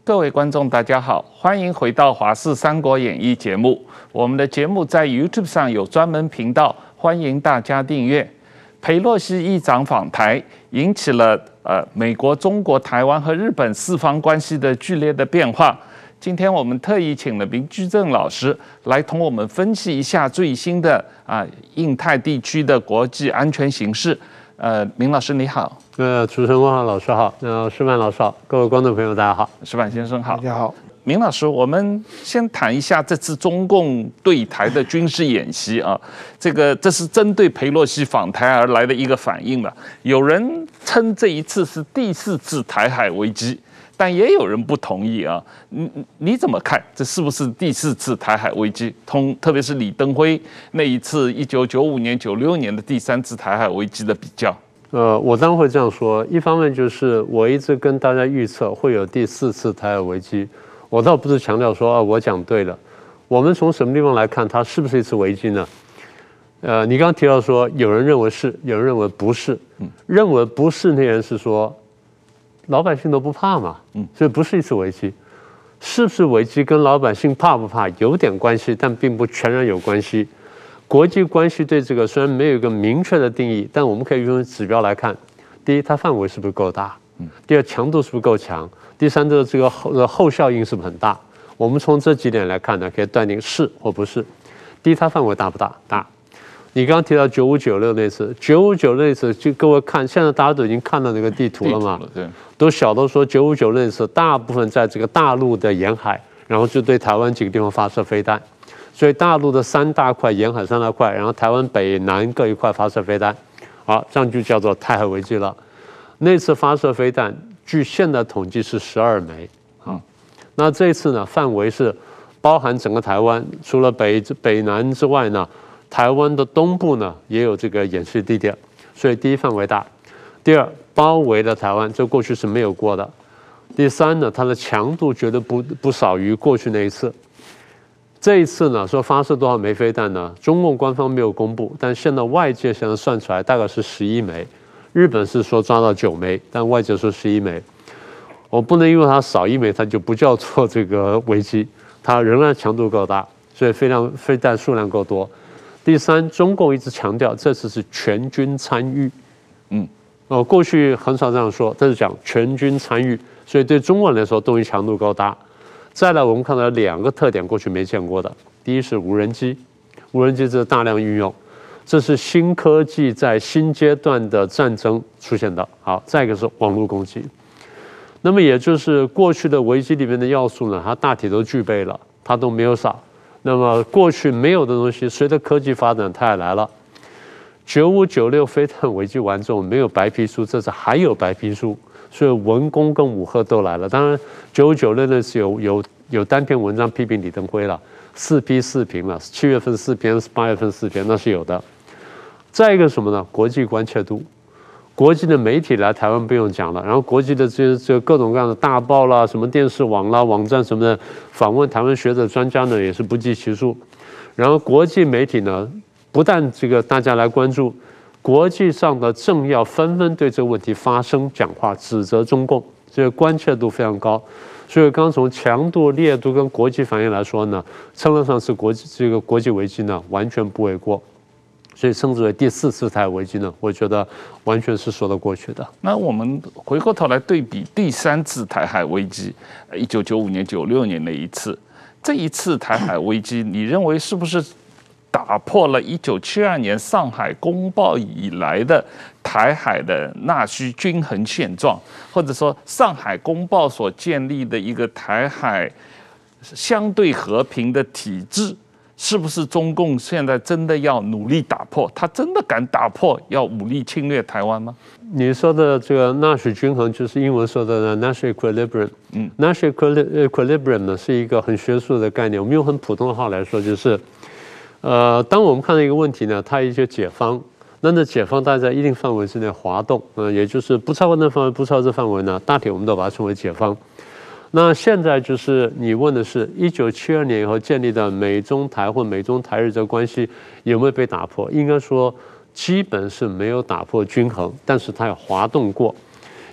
各位观众，大家好，欢迎回到《华视三国演义》节目。我们的节目在 YouTube 上有专门频道，欢迎大家订阅。裴洛西议长访台，引起了美国、中国、台湾和日本四方关系的剧烈的变化。今天我们特意请了明居正老师来同我们分析一下最新的印太地区的国际安全形势。明老师你好。 主持人汪老师好，施曼老师好，各位观众朋友大家好， 施曼先生好， 大家好。 明老师，我们先谈一下这次中共对台的军事演习啊，这是针对裴洛西访台而来的一个反应了。有人称这一次是第4次台海危机，但也有人不同意啊。你怎么看？这是不是第4次台海危机？特别是李登辉那一次1995年、96年的第3次台海危机的比较。 我当然会这样说。一方面就是我一直跟大家预测会有第4次台海危机，我倒不是强调说我讲对了。我们从什么地方来看它是不是一次危机呢？你刚刚提到说有人认为是，有人认为不是。认为不是那人是说老百姓都不怕嘛，所以不是一次危机。是不是危机跟老百姓怕不怕有点关系，但并不全然有关系。国际关系对这个虽然没有一个明确的定义，但我们可以用指标来看：第一，它范围是不是够大；第二，强度是不是够强；第三，这个后效应是不是很大？我们从这几点来看呢，可以断定是或不是。第一，它范围大不大？大。你刚刚提到9596那次，9596那次，就各位看，现在大家都已经看到那个地图了嘛？ 对， 都晓得说9596那次大部分在这个大陆的沿海，然后就对台湾几个地方发射飞弹。所以大陆的3大块沿海3大块，然后台湾北南各一块发射飞弹，好，这样就叫做台海危机了。那次发射飞弹，据现在统计是12枚，那这次呢范围是包含整个台湾，除了北南之外呢，台湾的东部呢也有这个演示地点，所以第一范围大，第二包围了台湾，这过去是没有过的。第三呢，它的强度绝对不少于过去那一次。这一次呢，说发射多少枚飞弹呢？中共官方没有公布，但现在外界现在算出来大概是11枚，日本是说抓到9枚，但外界说11枚。我不能因为它少1枚，它就不叫做这个危机，它仍然强度够大，所以飞弹数量够多。第三，中共一直强调这次是全军参与，过去很少这样说，但是讲全军参与，所以对中国人来说，动员强度够大。再来，我们看到2个特点，过去没见过的。第一是无人机，无人机这是大量运用，这是新科技在新阶段的战争出现的。好，再一个是网络攻击。那么也就是过去的危机里面的要素呢，它大体都具备了，它都没有少。那么过去没有的东西，随着科技发展，它也来了。9596飞弹危机完之后，没有白皮书，这次还有白皮书。所以文攻跟武吓都来了。当然，9596那是有单篇文章批评李登辉了，4批4评了，7月份4篇，8月份4篇，那是有的。再一个什么呢？国际关切度，国际的媒体来台湾不用讲了，然后国际的这各种各样的大报啦、什么电视网啦、网站什么的，访问台湾学者专家呢也是不计其数。然后国际媒体呢，不但这个大家来关注。国际上的政要纷纷对这个问题发声讲话，指责中共，所以关切度非常高。所以刚从强度、烈度跟国际反应来说呢，称得上是国际危机呢，完全不为过。所以称之为第4次台海危机呢，我觉得完全是说得过去的。 那我们回过头来对比第3次台海危机，1995年、96年那一次，这一次台海危机，你认为是不是打破了1972年上海公报以来的台海的纳虚均衡现状，或者说上海公报所建立的一个台海相对和平的体制，是不是中共现在真的要努力打破？他真的敢打破，要武力侵略台湾吗？ 你说的这个纳许均衡，就是英文说的 Nash equilibrium。Nash equilibrium 呢是一个很学术的概念，我们用很普通的话来说，就是。当我们看到一个问题呢，它有一些解方，那解方大家在一定范围之内滑动，也就是不超过那范围，不超过这范围呢，大体我们都把它称为解方。那现在就是你问的是1972年以后建立的美中台或美中台日这个关系有没有被打破？应该说基本是没有打破均衡，但是它有滑动过。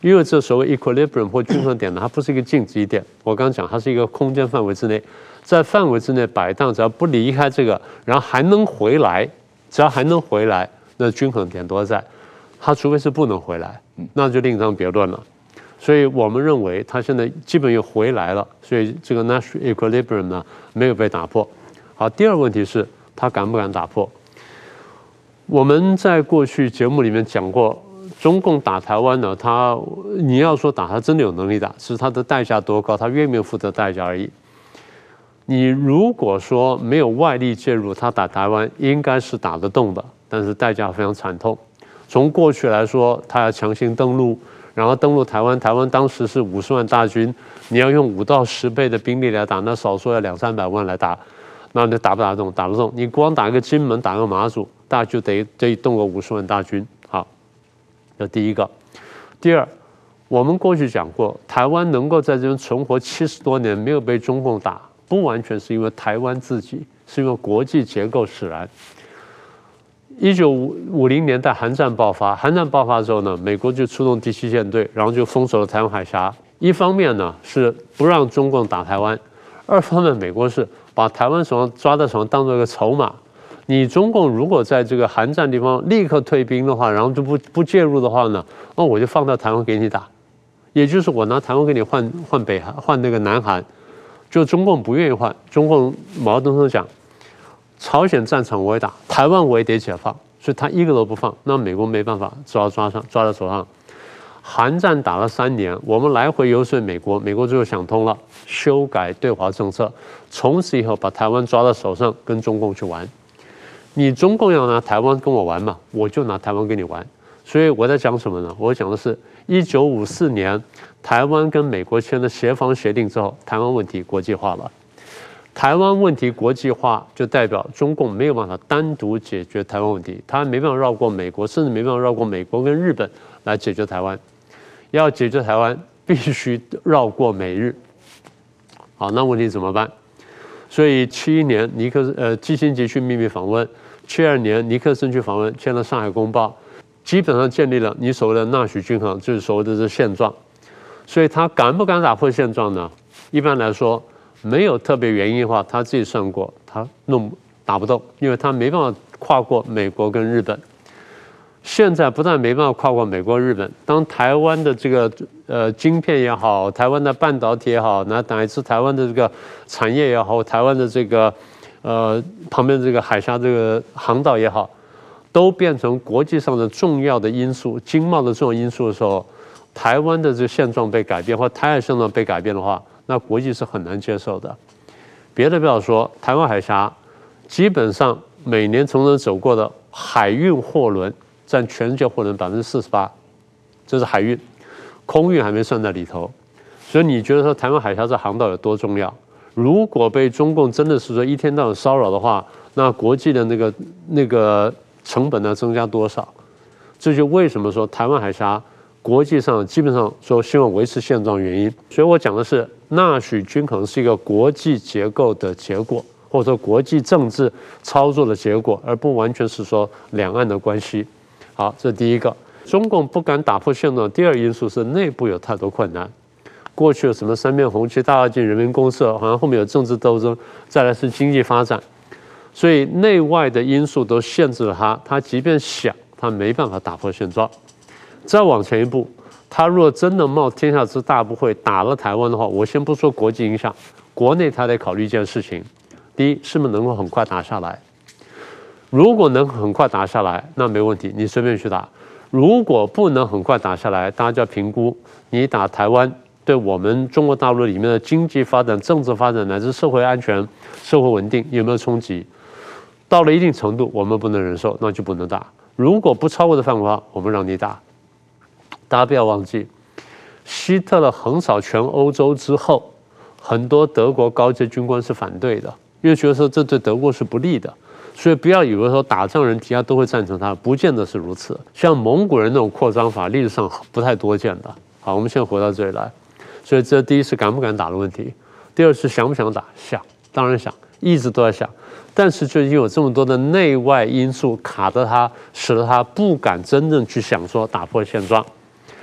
因为这所谓 equilibrium 或均衡点呢，它不是一个静止点，我刚刚讲它是一个空间范围之内，在范围之内摆荡，只要不离开这个，然后还能回来，只要还能回来，那均衡点都在。它除非是不能回来，那就另当别论了。所以我们认为它现在基本又回来了，所以这个 Nash equilibrium 呢没有被打破。好，第二个问题是它敢不敢打破？我们在过去节目里面讲过，中共打台湾呢，你要说打，他真的有能力打，只是他的代价多高，他愿不愿意付这代价而已。你如果说没有外力介入，他打台湾应该是打得动的，但是代价非常惨痛。从过去来说，他要强行登陆，然后登陆台湾，台湾当时是50万大军，你要用5到10倍的兵力来打，那少说要200-300万来打，那你打不打得动？打得动。你光打个金门，打个马祖，大概就得动个50万大军。好，这第一个。第二，我们过去讲过，台湾能够在这边存活70多年，没有被中共打，不完全是因为台湾自己，是因为国际结构使然。1950年代韩战爆发，韩战爆发之后呢，美国就出动第7舰队，然后就封锁了台湾海峡。一方面呢是不让中共打台湾，二方面美国是把台湾抓在手上当做一个筹码。你中共如果在这个韩战地方立刻退兵的话，然后就不介入的话呢，那我就放到台湾给你打，也就是我拿台湾给你换北韩，换那个南韩，就中共不愿意换。中共毛泽东讲，朝鲜战场我也打，台湾我也得解放，所以他一个都不放，那美国没办法，只好抓在手上。韩战打了3年，我们来回游说美国，美国最后想通了，修改对华政策，从此以后把台湾抓到手上，跟中共去玩。你中共要拿台湾跟我玩嘛，我就拿台湾跟你玩。所以我在讲什么呢？我讲的是1954年台湾跟美国签了协防协定之后，台湾问题国际化了。台湾问题国际化就代表中共没有办法单独解决台湾问题，他没办法绕过美国，甚至没办法绕过美国跟日本来解决台湾。要解决台湾，必须绕过美日。好，那问题怎么办？所以71年基辛格去秘密访问，72年尼克森去访问，签了《上海公报》，基本上建立了你所谓的纳许均衡，就是所谓的这现状。所以他敢不敢打破现状呢？一般来说，没有特别原因的话，他自己算过，他打不动，因为他没办法跨过美国跟日本。现在不但没办法跨过美国、日本，当台湾的这个晶片也好，台湾的半导体也好，乃至台湾的这个产业也好，台湾的这个旁边这个海峡这个航道也好，都变成国际上的重要的因素、经贸的重要因素的时候，台湾的这个现状被改变，或台海现状被改变的话，那国际是很难接受的。别的不要说，台湾海峡基本上每年从这走过的海运货轮占全世界货轮48%，这是海运，空运还没算在里头。所以你觉得说台湾海峡这航道有多重要？如果被中共真的是说一天到晚骚扰的话，那国际的那个成本呢增加多少？这就为什么说台湾海峡国际上基本上说希望维持现状原因。所以我讲的是纳许均衡是一个国际结构的结果，或者说国际政治操作的结果，而不完全是说两岸的关系。好，这是第一个。中共不敢打破现状，第二因素是内部有太多困难。过去有什么三面红旗、大跃进、人民公社，好像后面有政治斗争，再来是经济发展，所以内外的因素都限制了他。他即便想，他没办法打破现状。再往前一步，他若真的冒天下之大不讳打了台湾的话，我先不说国际影响，国内他得考虑一件事情：第一，是不是能够很快打下来？如果能很快打下来，那没问题，你随便去打。如果不能很快打下来，大家就要评估你打台湾对我们中国大陆里面的经济发展、政治发展乃至社会安全、社会稳定有没有冲击。到了一定程度，我们不能忍受，那就不能打。如果不超过的范围的话，我们让你打。大家不要忘记，希特勒横扫全欧洲之后，很多德国高阶军官是反对的，因为觉得说这对德国是不利的。所以不要以为说打仗人底下都会赞成他，不见得是如此。像蒙古人那种扩张法，历史上不太多见的。好，我们现在回到这里来。所以这第一是敢不敢打的问题，第二是想不想打，想，当然想，一直都在想。但是就因为有这么多的内外因素卡着他，使得他不敢真正去想说打破现状。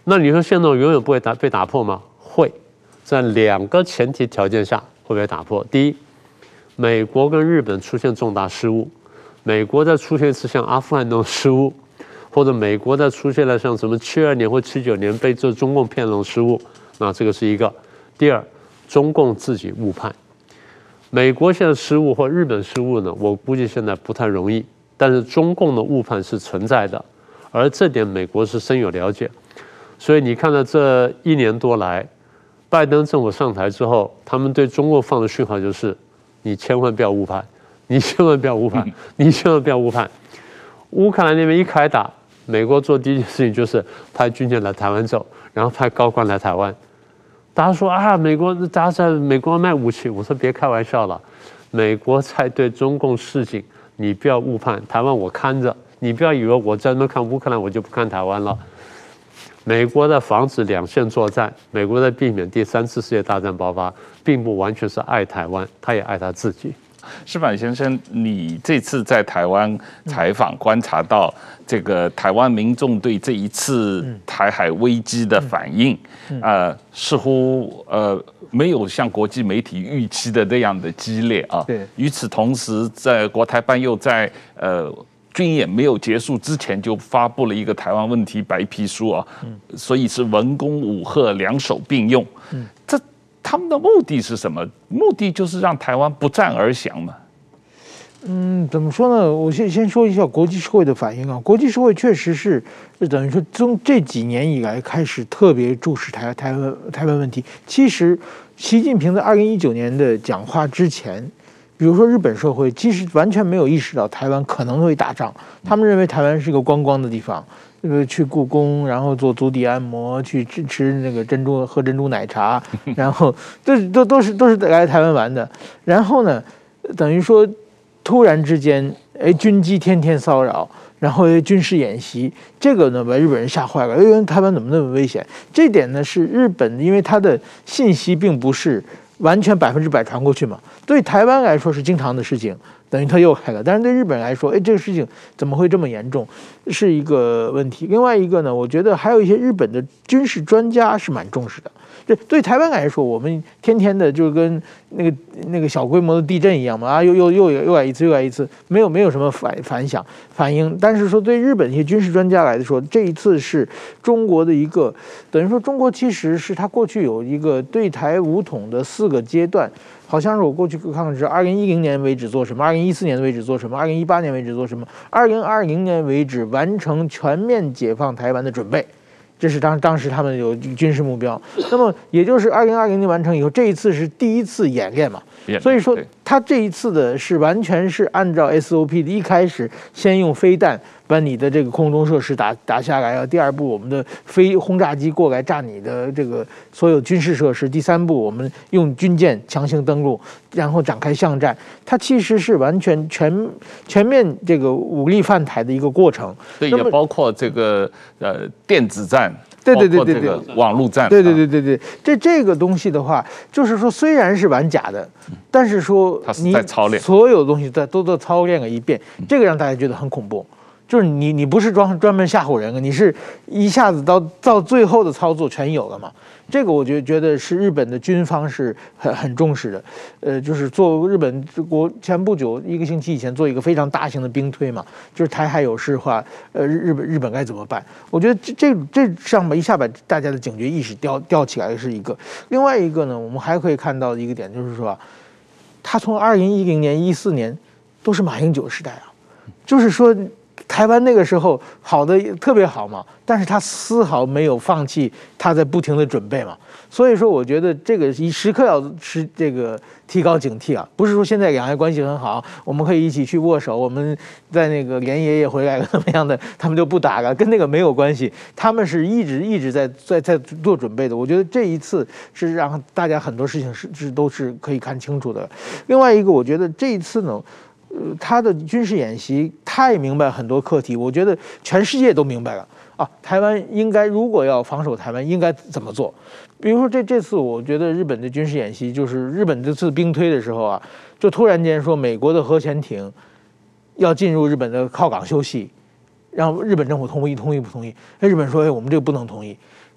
那你说现状永远不会被打破吗？会，在2个前提条件下会被打破。第一，美国跟日本出现重大失误，美国再出现一次像阿富汗那种失误，或者美国再出现了像什么72年或79年被这中共骗那种失误，那这个是一个。第二，中共自己误判。美国现在失误或日本失误呢，我估计现在不太容易，但是中共的误判是存在的，而这点美国是深有了解。所以你看到这1年多来，拜登政府上台之后，他们对中国放的讯号就是：你千万不要误判，你千万不要误判，你千万不要误判。乌克兰那边一开打，美国做第一件事情就是派军舰来台湾走，然后派高官来台湾。大家说啊，大家在美国卖武器，我说别开玩笑了，美国在对中共示警，你不要误判，台湾我看着，你不要以为我在那看乌克兰，我就不看台湾了。美国在防止两线作战，美国在避免第3次世界大战爆发，并不完全是爱台湾，他也爱他自己。 矢板先生，你这次在台湾采访观察到这个台湾民众对这一次台海危机的反应，似乎没有像国际媒体预期的那样的激烈啊。 对。 与此同时，在国台办又在军演没有结束之前就发布了一个台湾问题白皮书啊，所以是文攻武吓两手并用。这他们的目的是什么？目的就是让台湾不战而降嘛。 怎么说呢？我先说一下国际社会的反应啊。国际社会确实是等于说从这几年以来开始特别注视台湾问题。其实，习近平在2019年的讲话之前，比如说日本社会其实完全没有意识到台湾可能会打仗，他们认为台湾是个观光的地方。去故宫，然后做足底按摩，去吃那个喝珍珠奶茶，然后都是来台湾玩的。然后呢，等于说突然之间，军机天天骚扰，然后军事演习，这个呢把日本人吓坏了，因为台湾怎么那么危险？这点呢是日本，因为它的信息并不是完全100%传过去嘛，对台湾来说是经常的事情。等于他又开了，但是对日本来说，这个事情怎么会这么严重，是一个问题。另外一个呢，我觉得还有一些日本的军事专家是蛮重视的。对台湾来说，我们天天的就跟那个小规模的地震一样嘛，啊，又来一次，没有什么反应。但是说对日本一些军事专家来说，这一次是中国的一个，等于说中国其实是他过去有一个对台武统的4个阶段。好像是我过去看看是2010年为止做什么，2014年为止做什么，2018年为止做什么，2020年为止完成全面解放台湾的准备，这是当时他们有军事目标。那么也就是2020年完成以后，这一次是第一次演练嘛，所以说他这一次的是完全是按照 SOP 的，一开始先用飞弹把你的这个空中设施打下来啊，第2步我们的飞轰炸机过来炸你的这个所有军事设施，第3步我们用军舰强行登陆，然后展开巷战。它其实是完全全面这个武力犯台的一个过程。 对，也包括这个电子战。 对， 网络战。 对，这个东西的话，就是说虽然是玩假的，但是说你在操练， 所有东西都操练了一遍，这个让大家觉得很恐怖。就是你不是专门吓唬人的，你是一下子到最后的操作全有了嘛？这个我觉得是日本的军方是很重视的。就是做日本国前不久1个星期以前做一个非常大型的兵推嘛，就是台海有事的话，日本该怎么办？我觉得这上面一下把大家的警觉意识吊起来是一个。另外一个呢，我们还可以看到的一个点就是说，他从2010年、14年都是马英九时代啊，就是说。台湾那个时候好的特别好嘛，但是他丝毫没有放弃他在不停的准备嘛，所以说我觉得这个时刻要这个提高警惕啊，不是说现在两岸关系很好，我们可以一起去握手，我们在那个连爷爷回来了怎么样的，他们就不打了，跟那个没有关系，他们是一直在做准备的。我觉得这一次是让大家很多事情都是可以看清楚的。另外一个，我觉得这一次呢。他的军事演习太明白很多课题，我觉得全世界都明白了啊。台湾应该如果要防守台湾，应该怎么做？比如说这次，我觉得日本的军事演习，就是日本这次兵推的时候啊，就突然间说美国的核潜艇要进入日本的靠港休息，让日本政府同意不同意？日本说我们这个不能同意。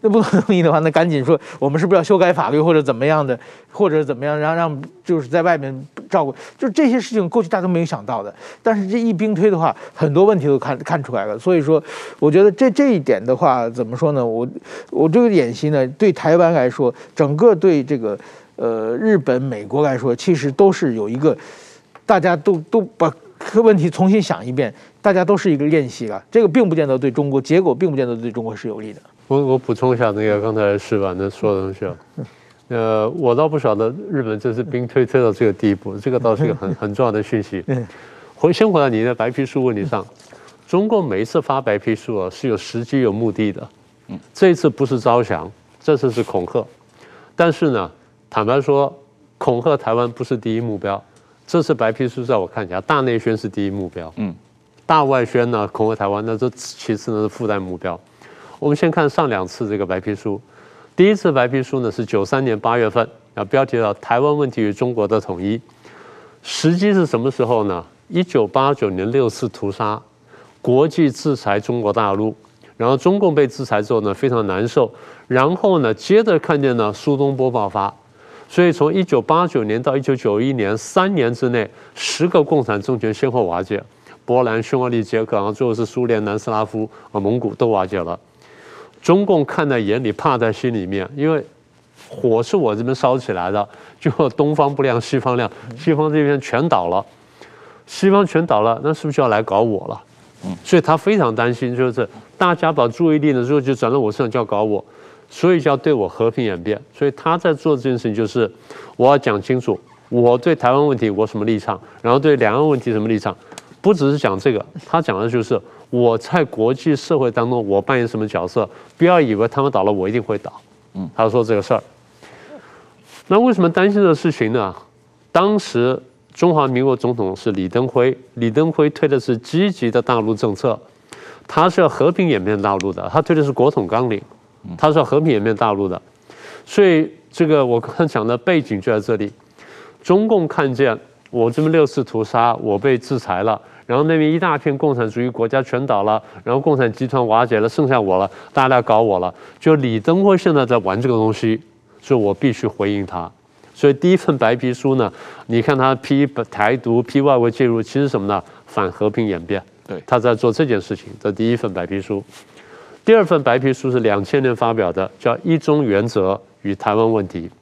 那不同意的话，那赶紧说我们是不是要修改法律或者怎么样的，或者怎么样让就是在外面照顾，就是这些事情过去大家都没有想到的。但是这一兵推的话，很多问题都看出来了。所以说，我觉得这一点的话，怎么说呢？我这个演习呢，对台湾来说，整个对这个日本、美国来说，其实都是有一个大家都把问题重新想一遍，大家都是一个练习了。这个并不见得对中国，结果并不见得对中国是有利的。 我补充一下那个刚才石板的说的东西啊，我倒不晓得日本这次兵推到这个地步，这个倒是一个很重要的讯息。先回到你的白皮书问题上，中共每一次发白皮书是有时机有目的的，这一次不是招降，这次是恐吓。但是呢，坦白说，恐吓台湾不是第一目标。这次白皮书在我看起来，大内宣是第一目标，大外宣呢恐吓台湾，那这其次呢是附带目标。我们先看上2次这个白皮书，第一次白皮书呢是93年8月份，标题叫台湾问题与中国的统一。时机是什么时候呢？1989年6次屠杀，国际制裁中国大陆，然后中共被制裁之后呢非常难受，然后呢接着看见呢苏东坡爆发，所以从1989年到1991年3年之内，10个共产政权先后瓦解，波兰、匈牙利、捷克，然后最后是苏联、南斯拉夫、蒙古都瓦解了。中共看在眼里，怕在心里面，因为火是我这边烧起来的，就东方不亮西方亮，西方这边全倒了，西方全倒了，那是不是就要来搞我了？所以他非常担心，就是大家把注意力呢，就转到我身上，就要搞我，所以就要对我和平演变。所以他在做这件事情，就是我要讲清楚，我对台湾问题我什么立场，然后对两岸问题什么立场，不只是讲这个，他讲的就是我在国际社会当中我扮演什么角色，不要以为他们倒了我一定会倒。他说这个事儿。那为什么担心这个事情呢？当时中华民国总统是李登辉，李登辉推的是积极的大陆政策，他是要和平演变大陆的，他推的是国统纲领，他是要和平演变大陆的。所以这个我刚才讲的背景就在这里，中共看见我这么6次屠杀，我被制裁了。然后那边一大片共产主义国家全倒了，然后共产集团瓦解了，剩下我了，大家来搞我了。就李登辉现在在玩这个东西，所以我必须回应他。所以第一份白皮书呢，你看他批台独、批外围介入，其实什么呢？反和平演变。 对， 他在做这件事情。这第一份白皮书。第二份白皮书是2000年发表的，叫《一中原则与台湾问题》。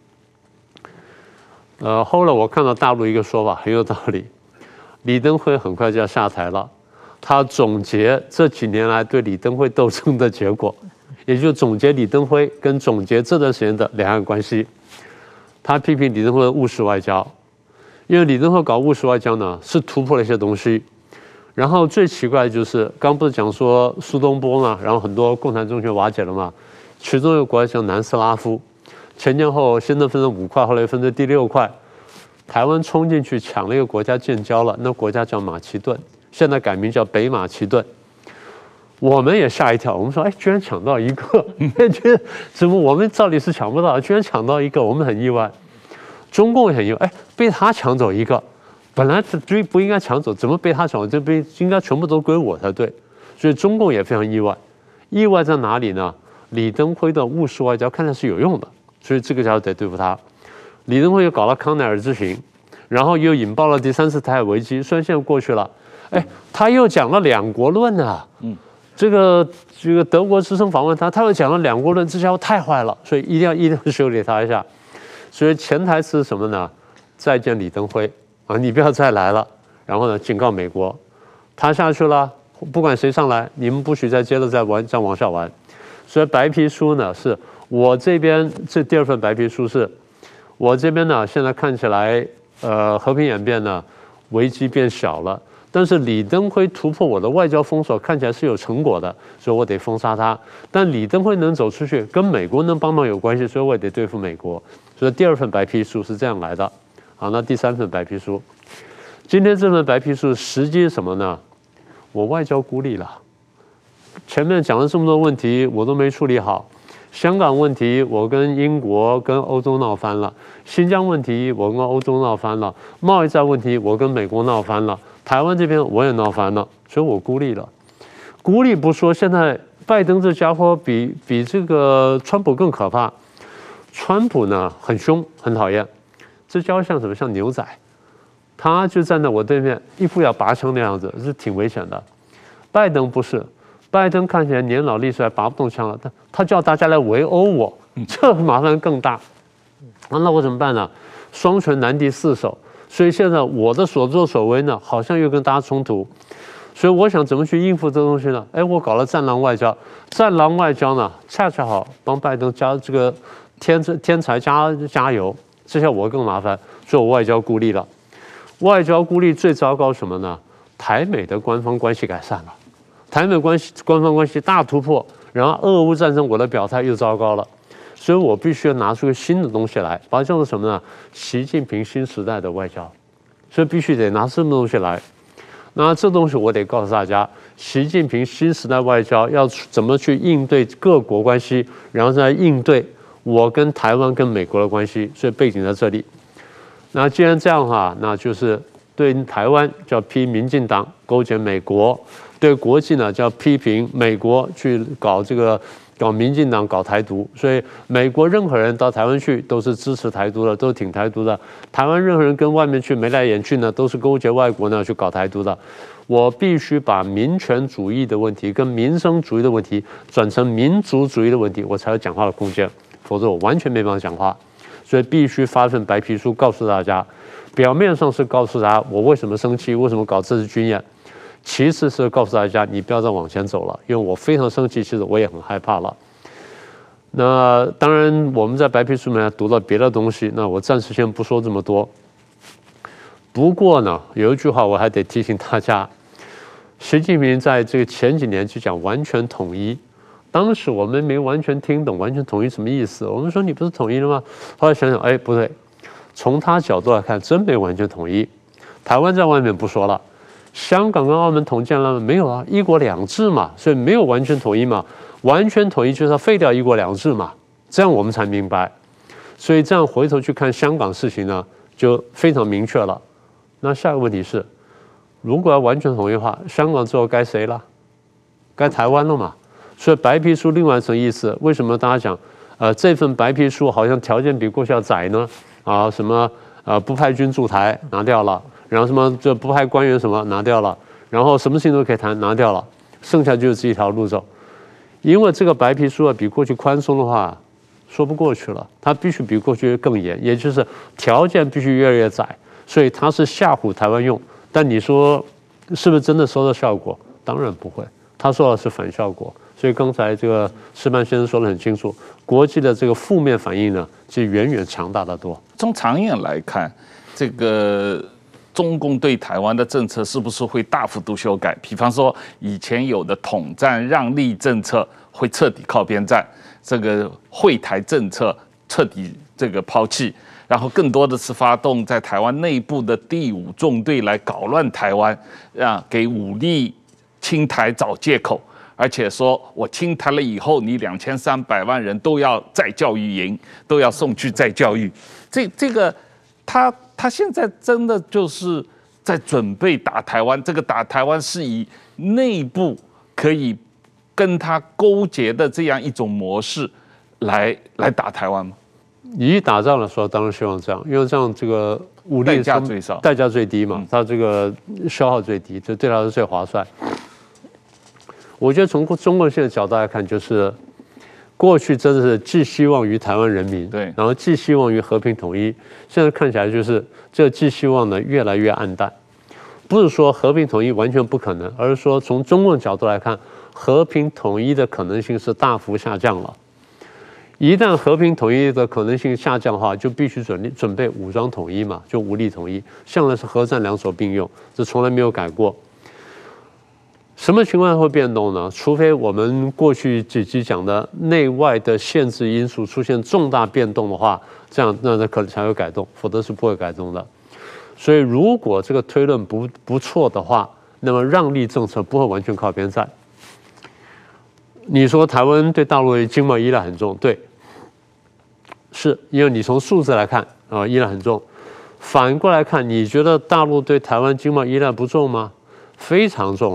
后来我看到大陆一个说法很有道理。李登辉很快就要下台了，他总结这几年来对李登辉斗争的结果，也就是总结李登辉跟总结这段时间的两岸关系。他批评李登辉的务实外交，因为李登辉搞务实外交呢，是突破了一些东西。然后最奇怪的就是，刚不是讲说苏东坡嘛，然后很多共产政权瓦解了嘛，其中一个国家叫南斯拉夫，前前后先分成5块，后来分成第6块。台湾冲进去抢了一个国家建交了，那国家叫马其顿，现在改名叫北马其顿。我们也吓一跳，我们说，哎，居然抢到一个，觉得怎么我们照理是抢不到，居然抢到一个，我们很意外。中共也很意外，哎，被他抢走一个，本来不应该抢走，怎么被他抢走？这边应该全部都归我才对。所以中共也非常意外，意外在哪里呢？李登辉的务实外交看来是有用的，所以这个家伙得对付他。李登辉又搞了康奈尔之行，然后又引爆了第3次台海危机。虽然现在过去了，哎，他又讲了2国论啊。这个德国之声访问他又讲了2国论，这家伙太坏了，所以一定要修理他一下。所以潜台词是什么呢？再见李登辉啊，你不要再来了。然后呢，警告美国，他下去了，不管谁上来，你们不许再接着再往下玩。所以白皮书呢，是我这边这第2份白皮书是。我这边呢，现在看起来，和平演变呢，危机变小了。但是李登辉突破我的外交封锁，看起来是有成果的，所以我得封杀他。但李登辉能走出去，跟美国能帮忙有关系，所以我也得对付美国。所以第2份白皮书是这样来的。好，那第3份白皮书，今天这份白皮书实际是什么呢？我外交孤立了，前面讲了这么多问题，我都没处理好。香港问题，我跟英国、跟欧洲闹翻了；新疆问题，我跟欧洲闹翻了；贸易战问题，我跟美国闹翻了；台湾这边我也闹翻了，所以我孤立了。孤立不说，现在拜登这家伙比这个川普更可怕。川普呢很凶很讨厌，这家伙像什么？像牛仔，他就站在我对面，一副要拔枪的样子，是挺危险的。拜登不是，拜登看起来年老力衰，拔不动枪了，他叫大家来围殴我，这麻烦更大。那我怎么办呢？双拳难敌四手，所以现在我的所作所为呢，好像又跟大家冲突。所以我想怎么去应付这东西呢？我搞了战狼外交，战狼外交呢，恰恰好帮拜登加这个天才加油。这下我更麻烦，所以我外交孤立了。外交孤立最糟糕什么呢？台美的官方关系改善了，台美官方关系大突破，然后俄乌战争我的表态又糟糕了，所以我必须要拿出个新的东西来，把它叫做什么呢？习近平新时代的外交，所以必须得拿什么东西来。那这东西我得告诉大家，习近平新时代外交要怎么去应对各国关系，然后再应对我跟台湾跟美国的关系，所以背景在这里。那既然这样的话，那就是对台湾叫批民进党勾结美国，对国际呢叫批评美国去搞民进党搞台独，所以美国任何人到台湾去都是支持台独的，都是挺台独的。台湾任何人跟外面去眉来眼去呢，都是勾结外国呢去搞台独的。我必须把民权主义的问题跟民生主义的问题转成民族主义的问题，我才有讲话的空间，否则我完全没办法讲话。所以必须发份白皮书告诉大家，表面上是告诉大家我为什么生气，为什么搞这次军演。其次是告诉大家，你不要再往前走了，因为我非常生气，其实我也很害怕了。那当然，我们在白皮书里面读到别的东西，那我暂时先不说这么多。不过呢，有一句话我还得提醒大家，习近平在这个前几年就讲完全统一，当时我们没完全听懂完全统一什么意思，我们说你不是统一了吗？后来想想，不对，从他角度来看，真没完全统一。台湾在外面不说了。香港跟澳门统建了吗？没有啊，一国两制嘛，所以没有完全统一嘛。完全统一就是要废掉一国两制嘛，这样我们才明白。所以这样回头去看香港事情呢，就非常明确了。那下一个问题是，如果要完全统一的话，香港之后该谁了？该台湾了嘛？所以白皮书另外一层意思，为什么大家讲，这份白皮书好像条件比过去要窄呢？什么不派军驻台拿掉了。然后什么这不派官员什么拿掉了，然后什么事情都可以谈拿掉了，剩下就是这一条路走。因为这个白皮书比过去宽松的话，说不过去了，它必须比过去更严，也就是条件必须越来越窄，所以它是吓唬台湾用。但你说是不是真的收到效果？当然不会，他说的是反效果。所以刚才这个石板先生说得很清楚，国际的这个负面反应呢，其实远远强大得多。 从长远来看，这个中共对台湾的政策是不是会大幅度修改？比方说，以前有的统战让利政策会彻底靠边站，这个惠台政策彻底这个抛弃，然后更多的是发动在台湾内部的第五纵队来搞乱台湾，给武力侵台找借口，而且说我侵台了以后，你2300万人都要再教育营，都要送去再教育，这个他现在真的就是在准备打台湾，这个打台湾是以内部可以跟他勾结的这样一种模式来打台湾吗？ 以打仗来说，当然希望这样，因为这样这个武力代价最少， 代价最低嘛，它这个消耗最低，这对他是最划算。我觉得从中国现在角度来看，就是过去真的是寄希望于台湾人民， 对， 然后寄希望于和平统一。现在看起来就是这寄希望呢越来越暗淡。不是说和平统一完全不可能，而是说从中共角度来看，和平统一的可能性是大幅下降了。一旦和平统一的可能性下降的话，就必须准备武装统一嘛，就武力统一，向来是核战两手并用，这从来没有改过。什么情况会变动呢？除非我们过去几集讲的内外的限制因素出现重大变动的话，这样那可能才会改动，否则是不会改动的。所以如果这个推论不错的话，那么让利政策不会完全靠边站。你说台湾对大陆的经贸依赖很重，对，是因为你从数字来看依赖很重。反过来看，你觉得大陆对台湾经贸依赖不重吗？非常重啊，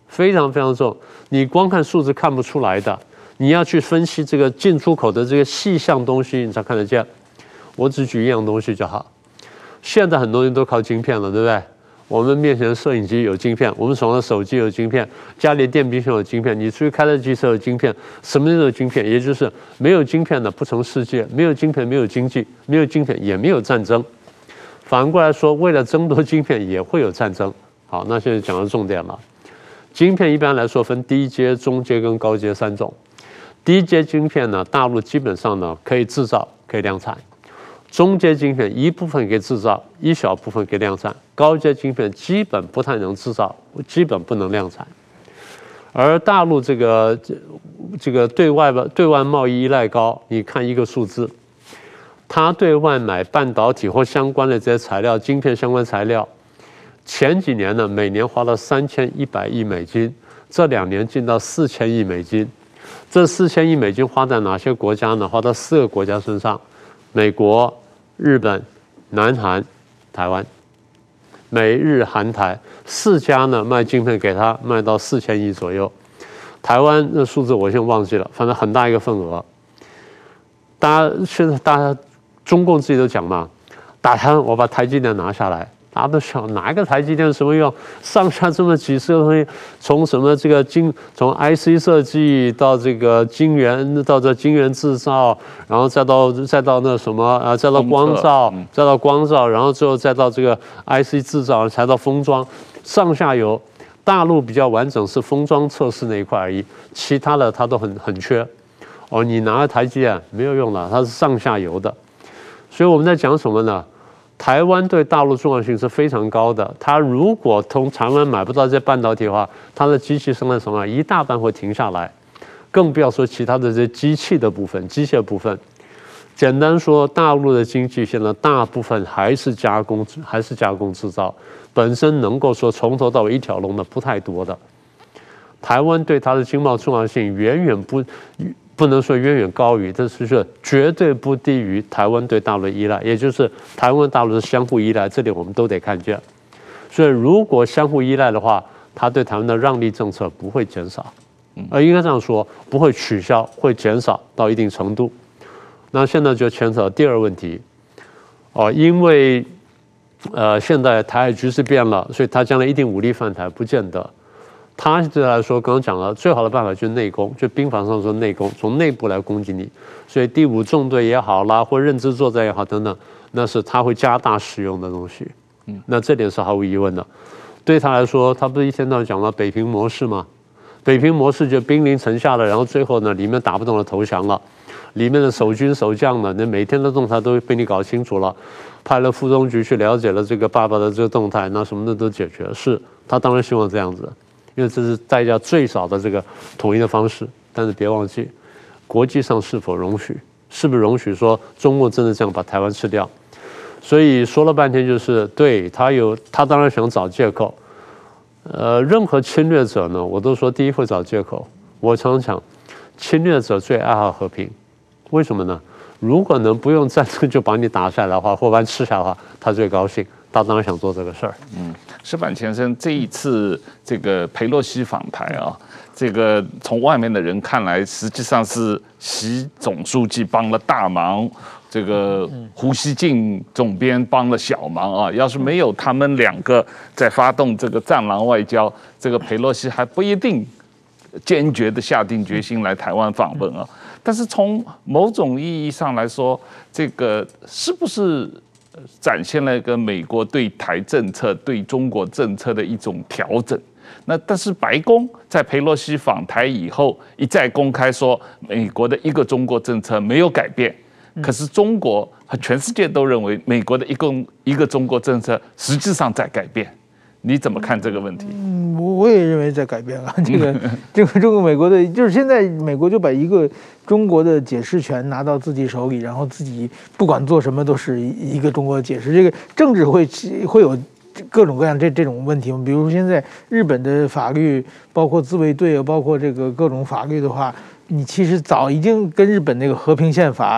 非常非常重。你光看数字看不出来的，你要去分析这个进出口的这个细项东西，你才看得见。我只举一样东西就好。现在很多人都靠晶片了，对不对？我们面前的摄影机有晶片，我们手上的手机有晶片，家里的电冰箱有晶片，你出去开的汽车有晶片，什么都有晶片。也就是没有晶片的不成世界，没有晶片没有经济，没有晶片也没有战争。反过来说，为了争夺晶片也会有战争。好，那现在讲到重点了。晶片一般来说分低阶、中阶跟高阶3种。低阶晶片呢，大陆基本上呢可以制造，可以量产。中阶晶片一部分可以制造，一小部分可以量产。高阶晶片基本不太能制造，基本不能量产。而大陆这个对外贸易依赖高，你看一个数字，它对外买半导体或相关的这些材料，晶片相关材料，前几年呢每年花了3100亿美金，这2年进到4000亿美金。这4000亿美金花在哪些国家呢？花到4个国家身上。美国、日本、南韩、台湾，美日韩台4家呢卖晶片给他，卖到4000亿左右。台湾那数字我先忘记了，反正很大一个份额。现在大家中共自己都讲嘛，打台湾我把台积电拿下来。大家都想哪一个台积电什么用？上下这么几十个东西，从什么从 IC 设计到这个晶圆，到这晶圆制造，然后再到那什么再到光照，然后最后再到这个 IC 制造，才到封装，上下游。大陆比较完整是封装测试那一块而已，其他的它都很缺。哦，你拿了台积电没有用了，它是上下游的。所以我们在讲什么呢？台湾对大陆重要性是非常高的。它如果从台湾买不到这些半导体的话，它的机器生产什么一大半会停下来，更不要说其他的这些机械部分。简单说，大陆的经济现在大部分还是加工制造，本身能够说从头到尾一条龙的不太多的。台湾对它的经贸重要性远远不能说远远高于，但是绝对不低于台湾对大陆的依赖，也就是台湾大陆的相互依赖，这点我们都得看见。所以如果相互依赖的话，它对台湾的让利政策不会减少，应该这样说，不会取消，会减少到一定程度。那现在就牵扯到第二问题，因为现在台海局势变了，所以它将来一定武力犯台，不见得。他对他来说，刚刚讲了，最好的办法就是内攻，就兵法上说内攻，从内部来攻击你。所以第5纵队也好啦，或认知作战也好等等，那是他会加大使用的东西。那这点是毫无疑问的。对他来说，他不是一天到晚讲到北平模式吗？北平模式就兵临城下了，然后最后呢，里面打不动了，投降了，里面的守军守将呢，那每天的动态都被你搞清楚了，派了副中局去了解了这个爸爸的这个动态，那什么的都解决了。是他当然希望这样子。因为这是代价最少的这个统一的方式，但是别忘记，国际上是否容许，是不是容许说中共真的这样把台湾吃掉？所以说了半天就是对他当然想找借口，任何侵略者呢，我都说第一会找借口。我常常讲，侵略者最爱好和平，为什么呢？如果能不用战争就把你打下来的话，或把你吃下来的话，他最高兴。他当然想做这个事儿。 矢板先生，这一次这个裴洛西访台啊，这个从外面的人看来，实际上是习总书记帮了大忙，这个胡锡进总编帮了小忙啊。要是没有他们2个在发动这个战狼外交，这个裴洛西还不一定坚决的下定决心来台湾访问啊。但是从某种意义上来说，这个是不是展现了一个美国对台政策、对中国政策的一种调整？那但是白宫在裴洛西访台以后，一再公开说美国的一个中国政策没有改变，可是中国和全世界都认为美国的一个中国政策实际上在改变。你怎么看这个问题？ 我也认为在改变了。这个美国的，就是现在美国就把一个中国的解释权拿到自己手里，然后自己不管做什么都是一个中国的解释。这个政治会有各种各样这种问题嘛？比如说现在日本的法律，包括自卫队，包括这个各种法律的话，你其实早已经跟日本那个和平宪法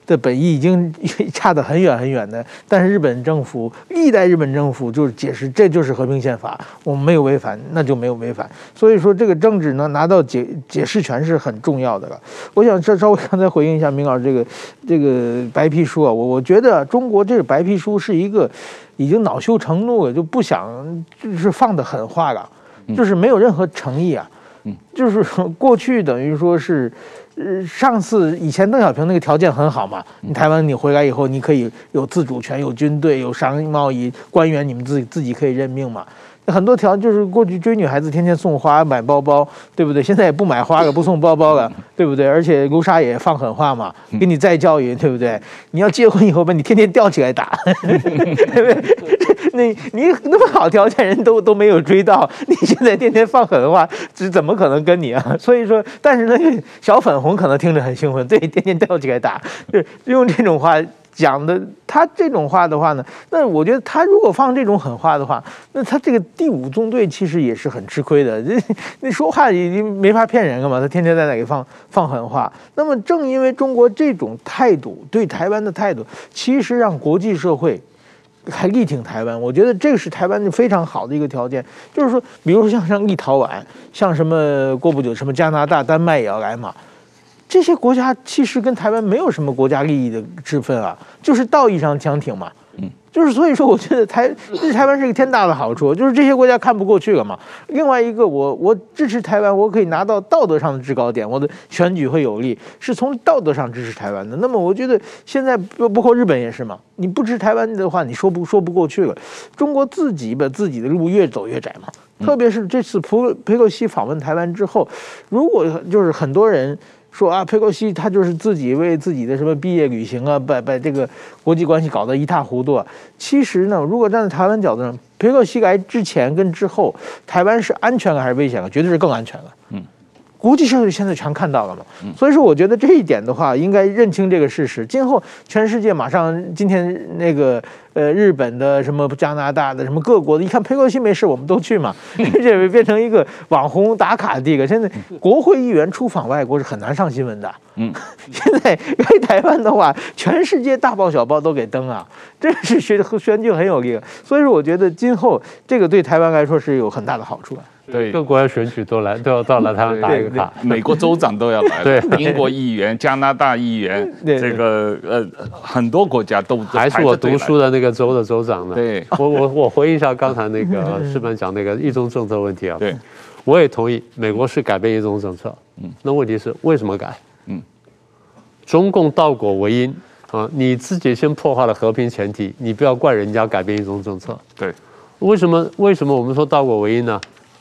的本意已经差得很远很远的，但是日本政府历代日本政府就是解释这就是和平宪法，我们没有违反，那就没有违反。所以说这个政治呢拿到解释权是很重要的了。我想稍微刚才回应一下明老师这个白皮书啊，我觉得中国这个白皮书是一个已经恼羞成怒了，就不想就是放的狠话了，就是没有任何诚意啊。就是过去等于说是，上次以前邓小平那个条件很好嘛，你台湾你回来以后，你可以有自主权，有军队，有商业贸易，官员你们自己可以任命嘛。很多条就是过去追女孩子天天送花买包包，对不对？现在也不买花了，不送包包了，对不对？而且卢沙也放狠话嘛，给你再教育，对不对？你要结婚以后把你天天吊起来打，对不对？你那么好条件人都没有追到，你现在天天放狠话，这怎么可能跟你啊？所以说，但是那个小粉红可能听着很兴奋，对，天天吊起来打，就是用这种话。讲的他这种话的话呢，那我觉得他如果放这种狠话的话，那他这个第5纵队其实也是很吃亏的。那说话已经没法骗人了嘛，他天天在那里放狠话。那么正因为中国这种态度，对台湾的态度，其实让国际社会还力挺台湾。我觉得这个是台湾非常好的一个条件，就是说，比如说像立陶宛，像什么过不久什么加拿大、丹麦也要来嘛。这些国家其实跟台湾没有什么国家利益的之分啊，就是道义上相挺嘛。就是所以说，我觉得台湾是一个天大的好处，就是这些国家看不过去了嘛。另外一个，我支持台湾，我可以拿到道德上的制高点，我的选举会有利，是从道德上支持台湾的。那么我觉得现在包括日本也是嘛，你不支持台湾的话，你说不过去了。中国自己把自己的路越走越窄嘛。特别是这次佩洛西访问台湾之后，如果就是很多人。说啊，佩洛西他就是自己为自己的什么毕业旅行啊，把这个国际关系搞得一塌糊涂啊。其实呢，如果站在台湾角度上，佩洛西来之前跟之后，台湾是安全了还是危险了？绝对是更安全了。国际社会现在全看到了嘛，所以说我觉得这一点的话，应该认清这个事实。今后全世界马上今天那个日本的什么加拿大的什么各国的，一看佩洛西没事，我们都去嘛，这变成一个网红打卡地了。现在国会议员出访外国是很难上新闻的。现在来台湾的话，全世界大报小报都给登啊，这是选举很有利。所以说，我觉得今后这个对台湾来说是有很大的好处的。 对，各国家选举都要来台湾打一个卡， 美国州长都要来，对，英国议员、加拿大议员，这个很多国家都还是我读书的那个州的州长呢。 对， 我回应一下刚才那个士班讲那个一中政策问题啊。 对， 我也同意，美国是改变一中政策。那问题是为什么改？中共倒果为因啊，你自己先破坏了和平前提，你不要怪人家改变一中政策。 对， 为什么我们说倒果为因呢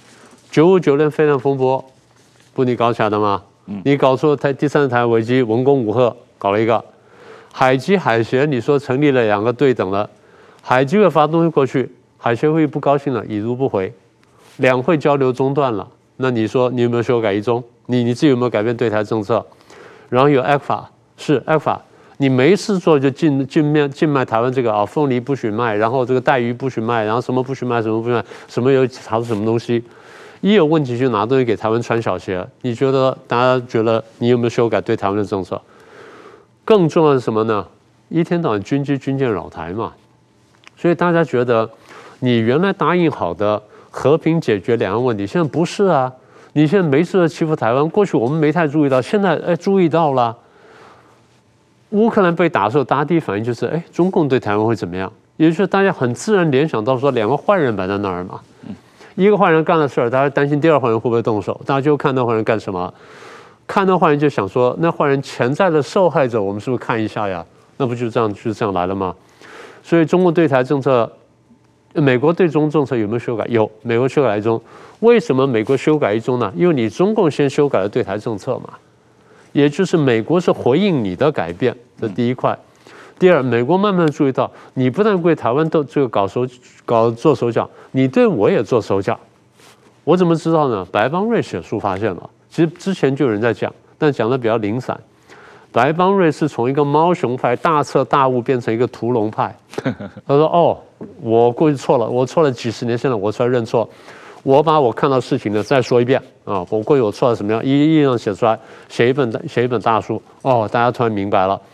？959年飞弹风波，不你搞起来的吗？你搞出第3次台湾危机，文攻武吓搞了一个，海基海协你说成立了2个对等了，海基会发东西过去，海协会不高兴了，已读不回，2会交流中断了，那你说你有没有修改一中？你自己有没有改变对台政策？然后有 ECFA 是 ECFA， 你没事做就禁卖台湾这个凤梨不许卖，然后这个带鱼不许卖，然后什么不许卖，什么不许卖，什么有查出什么东西。一有问题就拿东西给台湾穿小鞋，你觉得大家觉得你有没有修改对台湾的政策？更重要的是什么呢？一天到晚军机军舰扰台嘛，所以大家觉得你原来答应好的和平解决两岸问题，现在不是啊！你现在没事欺负台湾，过去我们没太注意到，现在注意到了。乌克兰被打的时候，大家第一反应就是中共对台湾会怎么样？也就是大家很自然联想到说2个坏人摆在那儿嘛。一个坏人干了事儿，大家担心第2坏人会不会动手，大家就看那坏人干什么，看那坏人就想说，那坏人潜在的受害者，我们是不是看一下呀？那不就这样来了吗？所以中国对台政策，美国对中政策有没有修改？有，美国修改一中。为什么美国修改一中呢？因为你中共先修改了对台政策嘛，也就是美国是回应你的改变，这第一块。第二，美国慢慢注意到，你不但对台湾都这个做手脚，你对我也做手脚。我怎么知道呢？白邦瑞写书发现了，其实之前就有人在讲，但讲的比较零散。白邦瑞是从一个猫熊派大彻大悟变成一个屠龙派。他说：“哦，我过去错了，我错了几十年，现在我出来认错，我把我看到事情的再说一遍啊！我过去我错了什么样，一样写出来，写一本大书。哦，大家突然明白了。”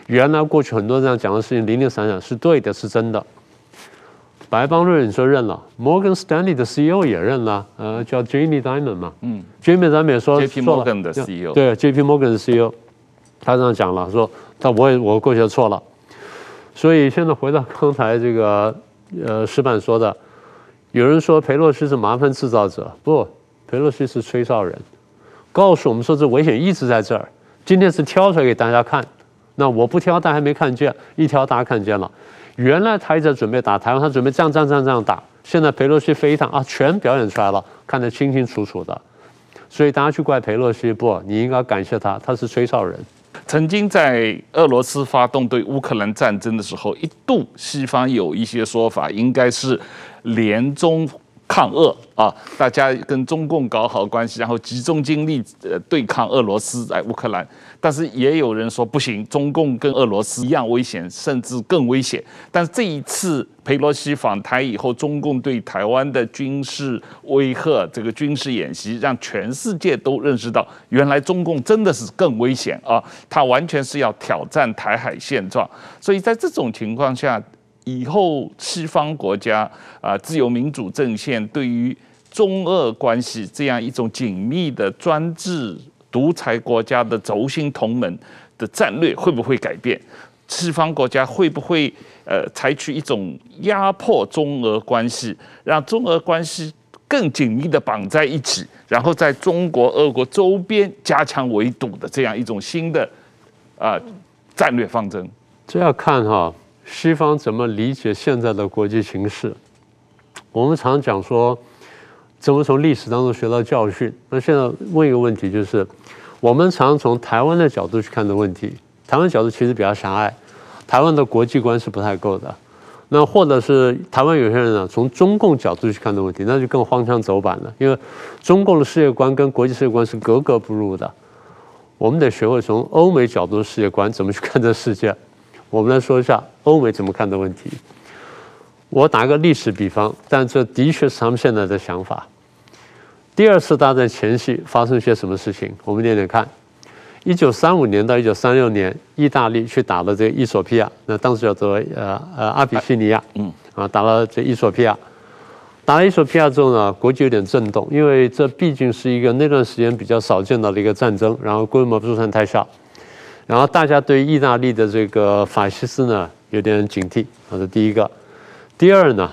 原来过去很多这样讲的事情零零散散是对的，是真的。白邦瑞你说认了 ，Morgan Stanley 的 CEO 也认了，叫 Jamie Dimon 嘛，Jamie Dimon 也说 JP Morgan 的 CEO， 对 JP Morgan 的 CEO， 他这样讲了，说我过去的错了，所以现在回到刚才这个石板说的，有人说裴洛西是麻烦制造者，不，裴洛西是吹哨人，告诉我们说这危险一直在这儿，今天是挑出来给大家看，那我不挑，大家还没看见，一挑大家看见了。原来他一直在准备打台湾，他准备这样打。现在裴洛西飞一趟啊，全表演出来了，看得清清楚楚的。所以大家去怪裴洛西，不，你应该感谢他，他是吹哨人。 曾经在俄罗斯发动对乌克兰战争的时候，一度西方有一些说法，应该是联中抗俄啊，大家跟中共搞好关系，然后集中精力对抗俄罗斯在乌克兰。但是也有人说不行，中共跟俄罗斯一样危险，甚至更危险。但是这一次裴洛西访台以后，中共对台湾的军事威吓，这个军事演习，让全世界都认识到，原来中共真的是更危险啊！它完全是要挑战台海现状。所以在这种情况下，以后西方国家自由民主阵线对于中俄关系这样一种紧密的专制独裁国家的轴心同盟的战略会不会改变？西方国家会不会采取一种压迫中俄关系，让中俄关系更紧密的绑在一起，然后在中国、俄国周边加强围堵的这样一种新的战略方针？ 这要看西方怎么理解现在的国际形势。我们常讲说，怎么从历史当中学到教训？那现在问一个问题，就是我们常从台湾的角度去看的问题，台湾角度其实比较狭隘，台湾的国际观是不太够的。那或者是台湾有些人呢，从中共角度去看的问题，那就更荒腔走板了，因为中共的世界观跟国际世界观是格格不入的。我们得学会从欧美角度的世界观怎么去看这世界。我们来说一下欧美怎么看的问题。我打个历史比方，但这的确是他们现在的想法。第二次大战前夕发生些什么事情？我们念念看。1935年到1936年，意大利去打了这个伊索比亚，那当时叫做阿比西尼亚，打了这伊索比亚。打了伊索比亚之后呢，国际有点震动，因为这毕竟是一个那段时间比较少见到的一个战争，然后规模不算太小。然后大家对意大利的这个法西斯呢有点警惕，这是第一个。第二呢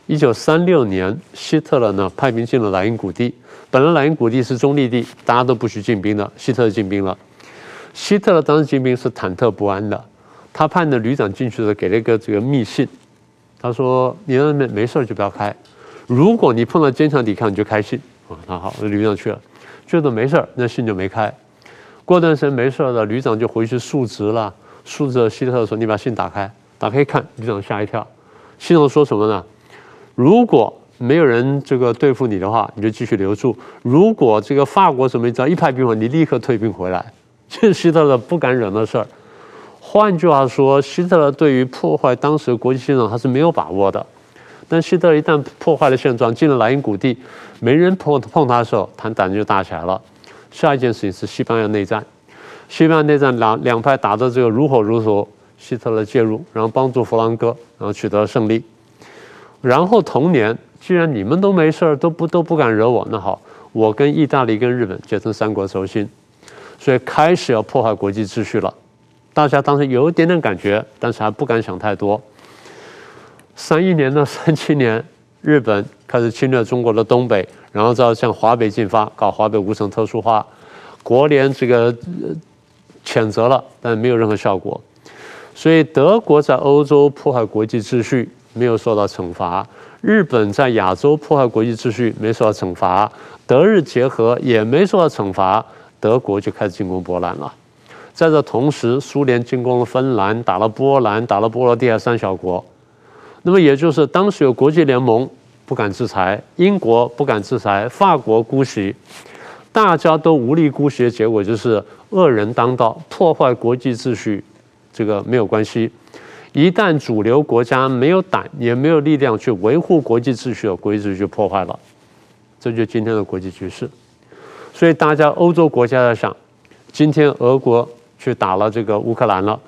，1936年希特勒呢派兵进了莱茵谷地，本来莱茵谷地是中立地，大家都不许进兵的，希特勒进兵了。希特勒当时进兵是忐忑不安的，他派的旅长进去的给了一个这个密信，他说：“你那边没事就不要开，如果你碰到坚强抵抗，你就开信。”那好，旅长去了，觉得没事，那信就没开。过段时间没事了，旅长就回去述职了。述职，希特勒说：“你把信打开。”打开一看，旅长吓一跳。信上说什么呢？如果没有人这个对付你的话，你就继续留住；如果这个法国什么只要一派兵荒，你立刻退兵回来。这是希特勒不敢惹的事儿。换句话说，希特勒对于破坏当时的国际现状他是没有把握的。但希特勒一旦破坏了现状，进了莱茵谷地，没人碰他的时候，他胆子就大起来了。下一件事情是西班牙内战，西班牙内战两派打得这个如火如荼，希特勒介入，然后帮助弗朗哥，然后取得了胜利。然后同年，既然你们都没事都不敢惹我，那好，我跟意大利跟日本结成三国轴心，所以开始要破坏国际秩序了。大家当时有一点点感觉，但是还不敢想太多。31年到37年，日本开始侵略中国的东北，然后再向华北进发，搞华北五省特殊化。国联这个谴责了，但没有任何效果。所以德国在欧洲破坏国际秩序，没有受到惩罚；日本在亚洲破坏国际秩序，没受到惩罚；德日结合也没受到惩罚，德国就开始进攻波兰了。在这同时，苏联进攻了芬兰，打了波兰，打了波罗的海三小国。那么也就是当时有国际联盟不敢制裁，英国不敢制裁，法国姑息，大家都无力姑息的结果就是恶人当道，破坏国际秩序，这个没有关系。一旦主流国家没有胆也没有力量去维护国际秩序，国际秩序就破坏了。这就是今天的国际局势。所以大家欧洲国家在想，今天俄国去打了这个乌克兰了，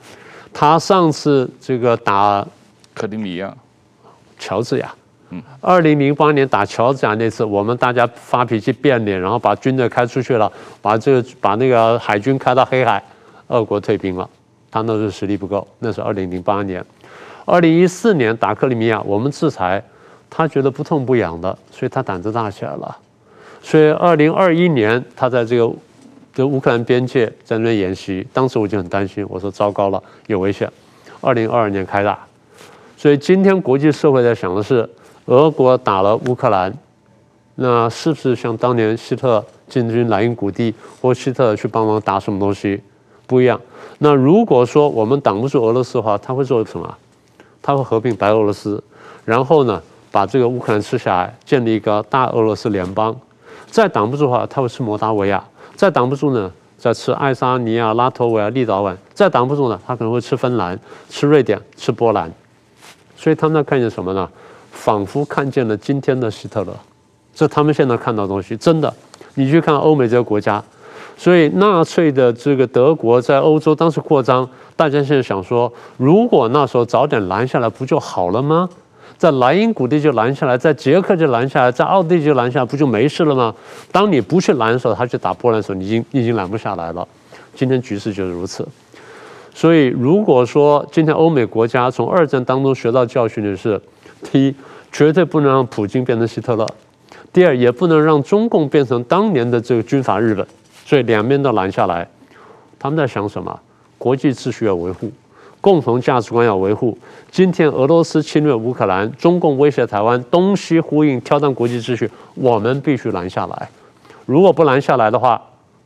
他上次这个打克里米亚、 乔治亚，2008年打乔治亚那次，我们大家发脾气变脸，然后把军队开出去了，把那个海军开到黑海，俄国退兵了。他那时候实力不够，那是2008年。2014年打克里米亚，我们制裁，他觉得不痛不痒的，所以他胆子大起来了。所以2021年他在这个乌克兰边界在那边演习，当时我就很担心，我说糟糕了，有危险。2022年开打，所以今天国际社会在想的是，俄国打了乌克兰，那是不是像当年希特进军莱茵谷地，或希特去帮忙打什么东西？不一样。那如果说我们挡不住俄罗斯的话，他会做什么？他会合并白俄罗斯，然后呢，把这个乌克兰吃下来，建立一个大俄罗斯联邦。再挡不住的话，他会吃摩达维亚；再挡不住呢，再吃爱沙尼亚、拉脱维亚、立陶宛；再挡不住呢，他可能会吃芬兰、吃瑞典、吃波兰。所以他们在看见什么呢？仿佛看见了今天的希特勒，这他们现在看到的东西。真的，你去看欧美这些国家，所以纳粹的这个德国在欧洲当时扩张，大家现在想说，如果那时候早点拦下来，不就好了吗？在莱茵谷地就拦下来，在捷克就拦下来，在奥地利就拦下来，不就没事了吗？当你不去拦的时候，他去打波兰的时候，你已经拦不下来了。今天局势就是如此。所以，如果说今天欧美国家从2战当中学到教训的是：第一，绝对不能让普京变成希特勒；第二，也不能让中共变成当年的这个军阀日本。所以两边都拦下来。他们在想什么？国际秩序要维护，共同价值观要维护。今天俄罗斯侵略乌克兰，中共威胁台湾，东西呼应，挑战国际秩序，我们必须拦下来。如果不拦下来的话，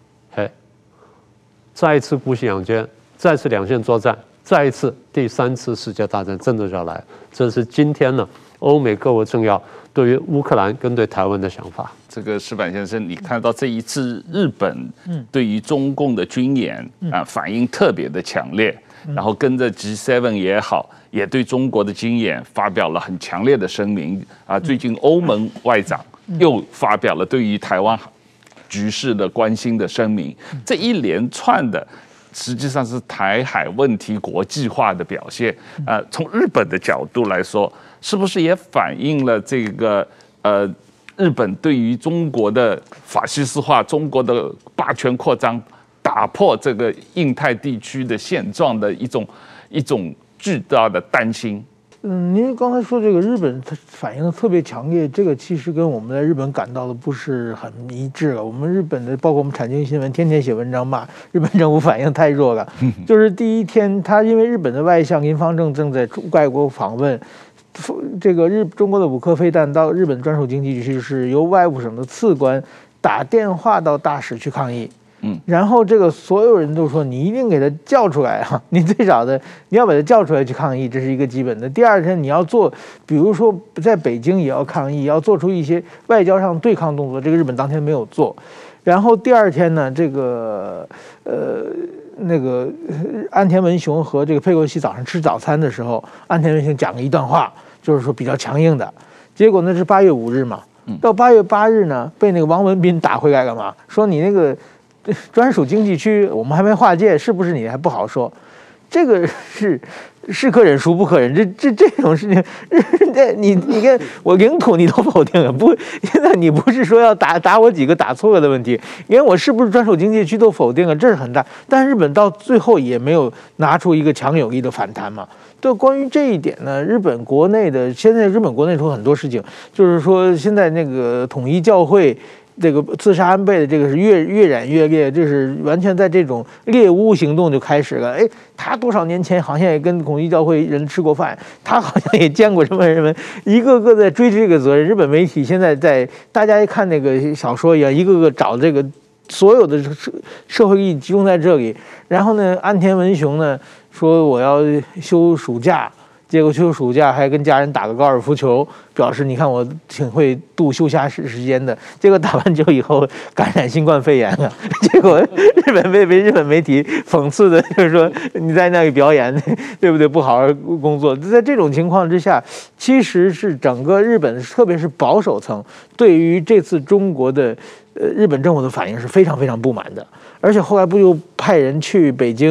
再一次姑息养奸，再次两线作战，再一次第3次世界大战真的就要来。这是今天呢欧美各国政要对于乌克兰跟对台湾的想法。 这个矢板先生，你看到这一次日本对于中共的军演反应特别的强烈，然后跟着 G7 也好，也对中国的军演发表了很强烈的声明啊。最近欧盟外长又发表了对于台湾局势的关心的声明，这一连串的实际上是台海问题国际化的表现。从日本的角度来说，是不是也反映了这个日本对于中国的法西斯化、中国的霸权扩张、打破这个印太地区的现状的一种巨大的担心？ 您刚才说这个日本它反应特别强烈，这个其实跟我们在日本感到的不是很一致了。我们日本的，包括我们产经新闻，天天写文章骂日本政府反应太弱了。就是第一天，他因为日本的外相林芳正正在外国访问，这个中国的5颗飞弹到日本专属经济区，是由外务省的次官打电话到大使去抗议。然后这个所有人都说你一定给他叫出来啊！你最少的你要把他叫出来去抗议，这是一个基本的。第二天你要做，比如说在北京也要抗议，要做出一些外交上对抗动作，这个日本当天没有做。然后第二天呢，这个那个岸田文雄和这个佩洛西早上吃早餐的时候，岸田文雄讲了一段话，就是说比较强硬的。结果呢是8月5日嘛，到8月8日呢被那个王文斌打回来了嘛，说你那个专属经济区我们还没划界，是不是你还不好说？这个是可忍孰不可忍，这种事情，你看我领土你都否定了，不，现在你不是说要打我几个打错了的问题，因为我是不是专属经济区都否定了，这是很大。但日本到最后也没有拿出一个强有力的反弹嘛。对，关于这一点呢，日本国内出很多事情，就是说现在那个统一教会。这个刺杀安倍的这个是越演越烈，这是完全在这种猎巫行动就开始了。哎，他多少年前好像也跟统一教会人吃过饭，他好像也见过什么人们，一个个在追这个责任。日本媒体现在在大家一看那个小说一样，一个个找这个所有的社会利益集中在这里。然后呢，岸田文雄呢说我要休暑假。结果休暑假还跟家人打个高尔夫球，表示你看我挺会度休暇时间的。结果打完球以后感染新冠肺炎了，结果被日本媒体讽刺的就是说你在那里表演，对不对？不好好工作。在这种情况之下，其实是整个日本，特别是保守层，对于这次中国的日本政府的反应是非常非常不满的。而且后来不就派人去北京。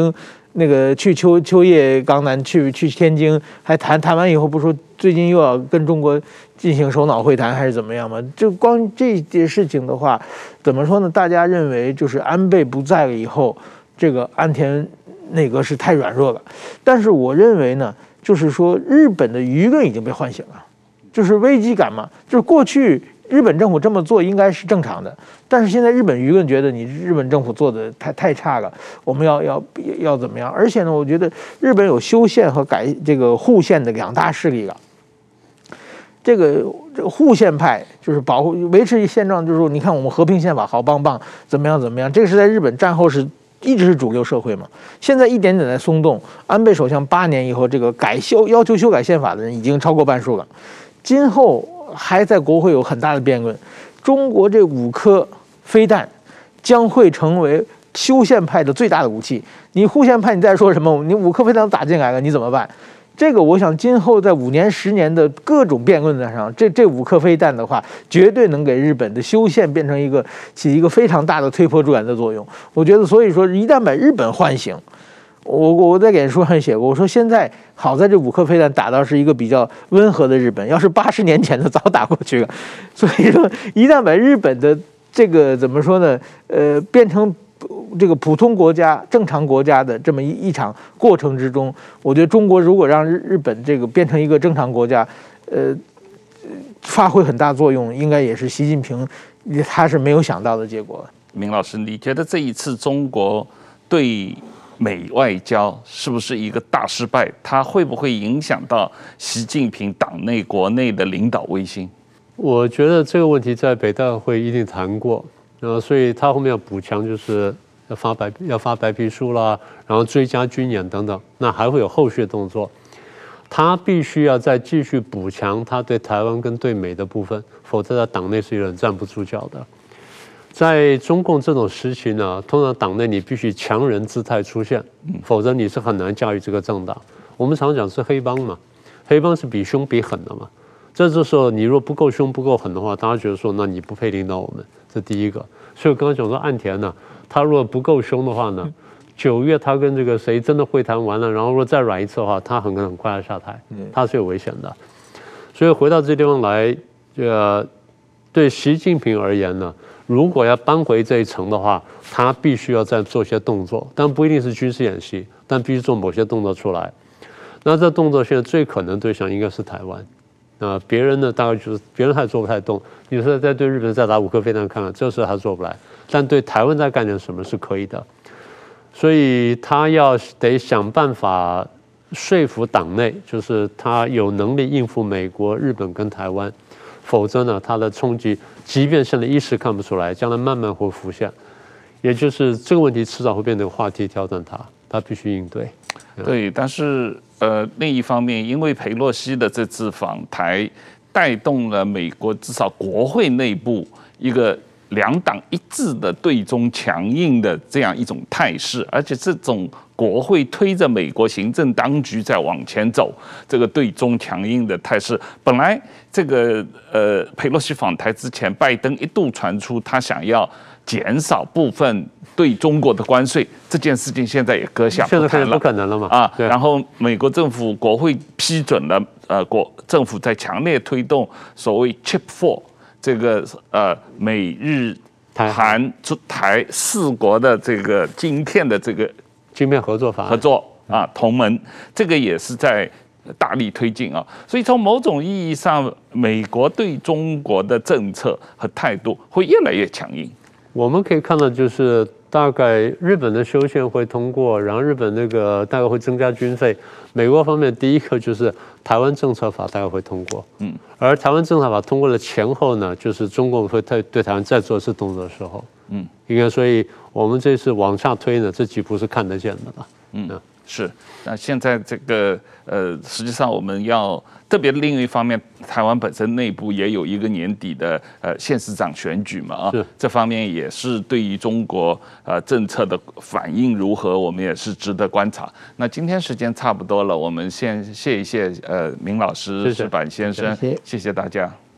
那个去秋叶刚男去天津，还谈完以后，不是说最近又要跟中国进行首脑会谈还是怎么样吗？就光这件事情的话，怎么说呢？大家认为就是安倍不在了以后，这个安田内阁是太软弱了。但是我认为呢，就是说日本的舆论已经被唤醒了，就是危机感嘛，就是过去日本政府这么做应该是正常的，但是现在日本舆论觉得你日本政府做的太差了，我们要怎么样？而且呢，我觉得日本有修宪和这个护宪的两大势力了。这个护宪派就是维持现状，就是说你看我们和平宪法好棒棒，怎么样？这个是在日本战后一直是主流社会嘛，现在一点点在松动。安倍首相8年以后，这个要求修改宪法的人已经超过半数了，今后还在国会有很大的辩论。中国这5颗飞弹将会成为修宪派的最大的武器。你护宪派你再说什么，你5颗飞弹都打进来了，你怎么办？这个我想今后在5年10年的各种辩论上，这5颗飞弹的话，绝对能给日本的修宪起一个非常大的推波助澜的作用。我觉得，所以说一旦把日本唤醒，我在给书上写过，我说现在好在这5颗飞弹打到是一个比较温和的日本，要是80年前的早打过去了。所以说，一旦把日本的这个怎么说呢？变成这个普通国家、正常国家的这么一场过程之中，我觉得中国如果让日本这个变成一个正常国家，发挥很大作用，应该也是习近平他是没有想到的结果。 明老师，你觉得这一次中国对美外交是不是一个大失败？它会不会影响到习近平党内国内的领导威信？ 我觉得这个问题在北大会一定谈过。所以他后面要补强，就是要发白皮书啦，然后追加军演等等，那还会有后续动作。他必须要再继续补强他对台湾跟对美的部分，否则在党内是有人站不住脚的。在中共这种时期呢，通常党内你必须强人姿态出现，否则你是很难驾驭这个政党。我们常讲是黑帮嘛，黑帮是比凶比狠的嘛。这时候你若不够凶不够狠的话，大家觉得说那你不配领导我们，这第一个。所以我刚刚讲说岸田呢，他如果不够凶的话呢，9月他跟这个谁真的会谈完了，然后如果再软一次的话，他很快要下台，他是有危险的。所以回到这地方来，对习近平而言呢，如果要扳回这一城的话，他必须要再做些动作，但不一定是军事演习，但必须做某些动作出来。那这动作现在最可能对象应该是台湾。别人呢，大概就是别人还做不太动。你说再对日本再打5颗飞弹看看，这事还做不来。但对台湾再干点什么是可以的。所以他得想办法说服党内，就是他有能力应付美国、日本跟台湾，否则呢，他的冲击，即便现在一时看不出来，将来慢慢会浮现。也就是这个问题迟早会变成话题挑战他必须应对。 对，但是另一方面，因为裴洛西的这次访台，带动了美国至少国会内部一个2党一致的对中强硬的这样一种态势，而且这种国会推着美国行政当局在往前走，这个对中强硬的态势，本来这个裴洛西访台之前，拜登一度传出他想要减少部分对中国的关税，这件事情现在也搁下不谈了， 不可能了嘛啊！然后美国政府国会批准了，政府在强烈推动所谓 Chip 4这个美日韩台4国的这个晶片的这个晶片合作啊同盟，这个也是在大力推进啊。所以从某种意义上，美国对中国的政策和态度会越来越强硬。 我们可以看到，就是大概日本的修宪会通过，然后日本那个大概会增加军费。美国方面第一个就是台湾政策法大概会通过，而台湾政策法通过的前后呢，就是中共会对台湾再做一次动作的时候，应该，所以我们这次往下推呢，这几步是看得见的了， 是。那现在这个实际上我们要特别另一方面，台湾本身内部也有一个年底的县市长选举嘛啊，这方面也是对于中国政策的反应如何，我们也是值得观察。那今天时间差不多了，我们先谢一谢明老师、石板先生，谢谢大家。